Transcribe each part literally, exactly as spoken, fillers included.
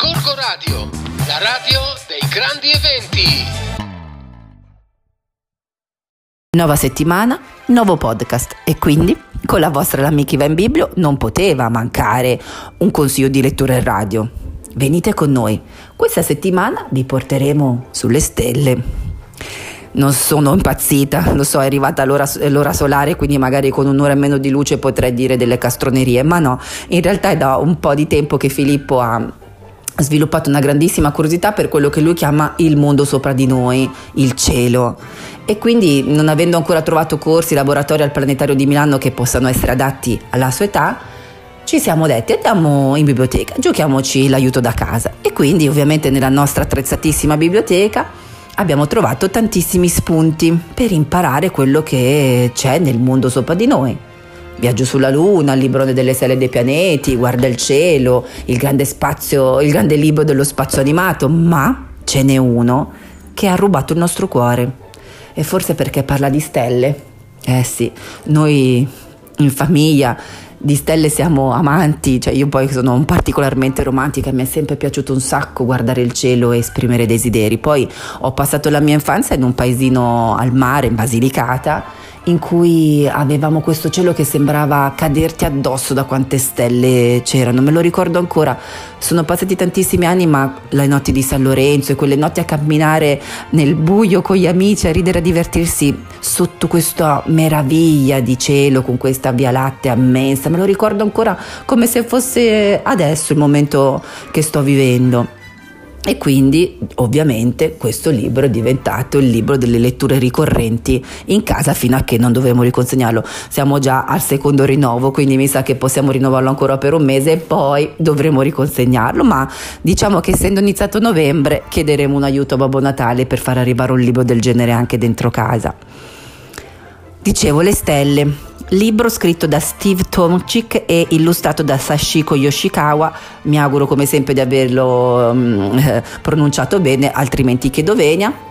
Gorgo Radio, la radio dei grandi eventi. Nuova settimana, nuovo podcast e quindi con la vostra L'Amici va in Biblio non poteva mancare un consiglio di lettura in radio. Venite con noi, questa settimana vi porteremo sulle stelle. Non sono impazzita, lo so, è arrivata l'ora, l'ora solare, quindi magari con un'ora e meno di luce potrei dire delle castronerie, ma no, in realtà è da un po' di tempo che Filippo ha sviluppato una grandissima curiosità per quello che lui chiama il mondo sopra di noi, il cielo. E quindi, non avendo ancora trovato corsi, laboratori al Planetario di Milano che possano essere adatti alla sua età, ci siamo detti andiamo in biblioteca, giochiamoci l'aiuto da casa. E quindi ovviamente nella nostra attrezzatissima biblioteca abbiamo trovato tantissimi spunti per imparare quello che c'è nel mondo sopra di noi. Viaggio sulla Luna, il librone delle stelle e dei pianeti, Guarda il cielo, il grande spazio, il grande libro dello spazio animato, ma ce n'è uno che ha rubato il nostro cuore. E forse perché parla di stelle. Eh sì, noi in famiglia di stelle siamo amanti, cioè io poi sono particolarmente romantica, mi è sempre piaciuto un sacco guardare il cielo e esprimere desideri. Poi ho passato la mia infanzia in un paesino al mare, in Basilicata, in cui avevamo questo cielo che sembrava caderti addosso da quante stelle c'erano. Me lo ricordo ancora, sono passati tantissimi anni, ma le notti di San Lorenzo e quelle notti a camminare nel buio con gli amici, a ridere, a divertirsi sotto questa meraviglia di cielo con questa Via Lattea immensa, me lo ricordo ancora come se fosse adesso il momento che sto vivendo. E quindi ovviamente questo libro è diventato il libro delle letture ricorrenti in casa fino a che non dovremo riconsegnarlo. Siamo già al secondo rinnovo, quindi mi sa che possiamo rinnovarlo ancora per un mese e poi dovremo riconsegnarlo, ma diciamo che essendo iniziato novembre chiederemo un aiuto a Babbo Natale per far arrivare un libro del genere anche dentro casa. Dicevo, Le stelle. Libro scritto da Steve Tomczyk e illustrato da Sachiko Yoshikawa. Mi auguro come sempre di averlo um, pronunciato bene, altrimenti chiedo venia.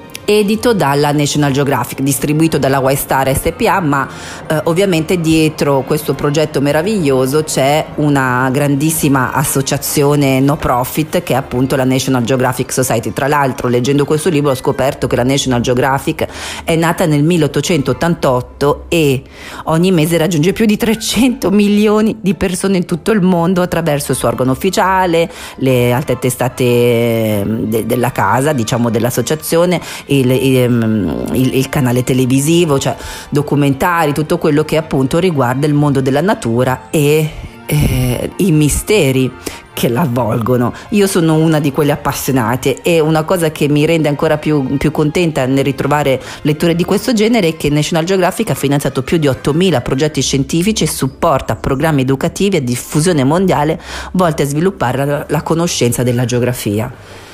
Edito dalla National Geographic, distribuito dalla Y-Star S P A, ma eh, ovviamente dietro questo progetto meraviglioso c'è una grandissima associazione no profit che è appunto la National Geographic Society. Tra l'altro, leggendo questo libro ho scoperto che la National Geographic è nata nel milleottocentottantotto e ogni mese raggiunge più di trecento milioni di persone in tutto il mondo attraverso il suo organo ufficiale, le altre testate de- della casa, diciamo dell'associazione, Il, il, il canale televisivo, cioè documentari, tutto quello che appunto riguarda il mondo della natura e eh, i misteri che la avvolgono. Io sono una di quelle appassionate e una cosa che mi rende ancora più, più contenta nel ritrovare letture di questo genere è che National Geographic ha finanziato più di ottomila progetti scientifici e supporta programmi educativi a diffusione mondiale volti a sviluppare la, la conoscenza della geografia.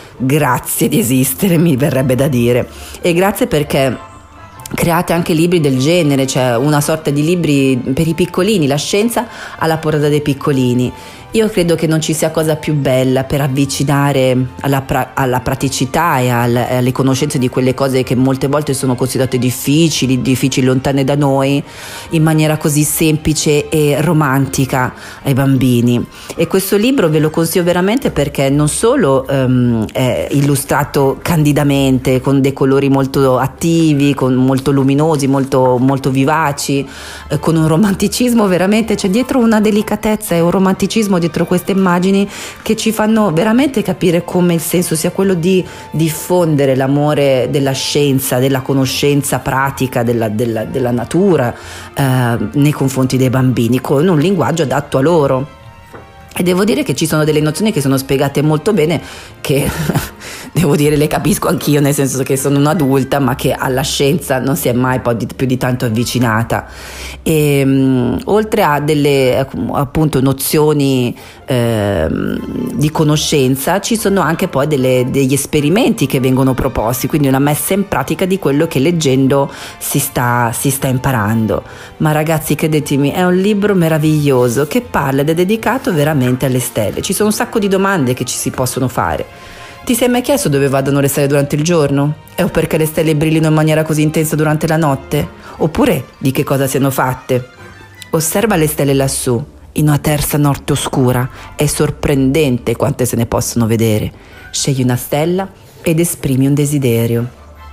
Grazie di esistere, mi verrebbe da dire, e grazie perché create anche libri del genere, cioè una sorta di libri per i piccolini, la scienza alla portata dei piccolini. Io credo che non ci sia cosa più bella per avvicinare alla, pra- alla praticità e al- alle conoscenze di quelle cose che molte volte sono considerate difficili, difficili lontane da noi, in maniera così semplice e romantica ai bambini. E questo libro ve lo consiglio veramente perché non solo um, è illustrato candidamente, con dei colori molto attivi, con molto luminosi, molto, molto vivaci, eh, con un romanticismo veramente, c'è dietro una delicatezza e un romanticismo dietro queste immagini che ci fanno veramente capire come il senso sia quello di diffondere l'amore della scienza, della conoscenza pratica della, della, della natura eh, nei confronti dei bambini con un linguaggio adatto a loro. E devo dire che ci sono delle nozioni che sono spiegate molto bene, che devo dire le capisco anch'io, nel senso che sono un'adulta, ma che alla scienza non si è mai poi di, più di tanto avvicinata. E, um, oltre a delle appunto nozioni eh, di conoscenza, ci sono anche poi delle, degli esperimenti che vengono proposti, quindi una messa in pratica di quello che leggendo si sta, si sta imparando. Ma ragazzi, credetemi, è un libro meraviglioso che parla ed è dedicato veramente alle stelle. Ci sono un sacco di domande che ci si possono fare. Ti sei mai chiesto dove vadano le stelle durante il giorno? E o perché le stelle brillino in maniera così intensa durante la notte? Oppure di che cosa siano fatte? Osserva le stelle lassù in una terza notte oscura. È sorprendente quante se ne possono vedere. Scegli una stella ed esprimi un desiderio.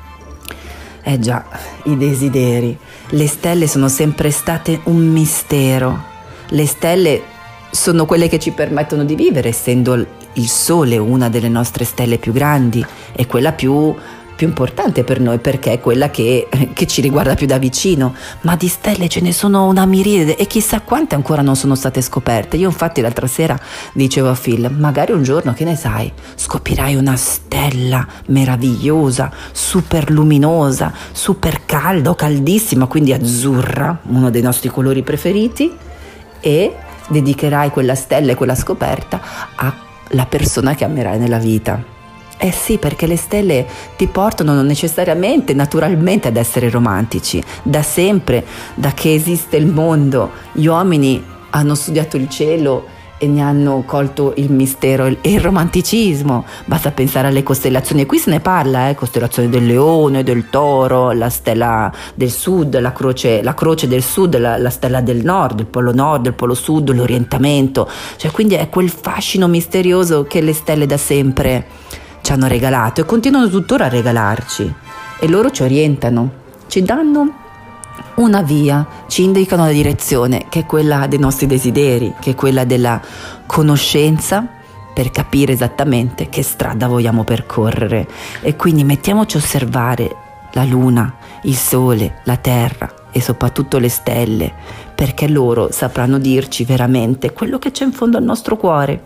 Eh già, i desideri. Le stelle sono sempre state un mistero. Le stelle sono quelle che ci permettono di vivere, essendo il Sole una delle nostre stelle più grandi e quella più, più importante per noi, perché è quella che, che ci riguarda più da vicino. Ma di stelle ce ne sono una miriade e chissà quante ancora non sono state scoperte. Io infatti l'altra sera dicevo a Phil, magari un giorno, che ne sai, scoprirai una stella meravigliosa, super luminosa, super calda o caldissima, quindi azzurra, uno dei nostri colori preferiti, e dedicherai quella stella e quella scoperta alla persona che amerai nella vita. Eh sì, perché le stelle ti portano non necessariamente, naturalmente ad essere romantici. Da sempre, da che esiste il mondo, gli uomini hanno studiato il cielo e ne hanno colto il mistero e il romanticismo. Basta pensare alle costellazioni, e qui se ne parla, eh, costellazione del leone, del toro, la stella del sud, la croce, la croce del sud, la, la stella del nord, il polo nord, il polo sud, l'orientamento. Cioè, quindi è quel fascino misterioso che le stelle da sempre ci hanno regalato e continuano tuttora a regalarci, e loro ci orientano, ci danno una via, ci indicano la direzione, che è quella dei nostri desideri, che è quella della conoscenza, per capire esattamente che strada vogliamo percorrere. E quindi mettiamoci a osservare la luna, il sole, la terra e soprattutto le stelle, perché loro sapranno dirci veramente quello che c'è in fondo al nostro cuore.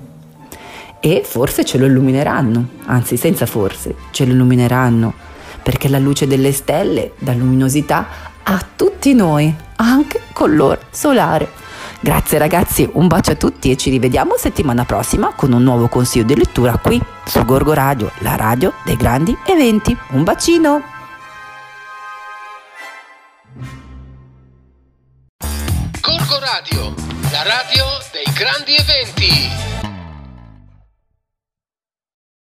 E forse ce lo illumineranno, anzi senza forse, ce lo illumineranno, perché la luce delle stelle dà luminosità a tutti noi, anche con l'ora solare. Grazie ragazzi, un bacio a tutti e ci rivediamo settimana prossima con un nuovo consiglio di lettura qui su Gorgo Radio, la radio dei grandi eventi. Un bacino! Gorgo Radio, la radio dei grandi eventi.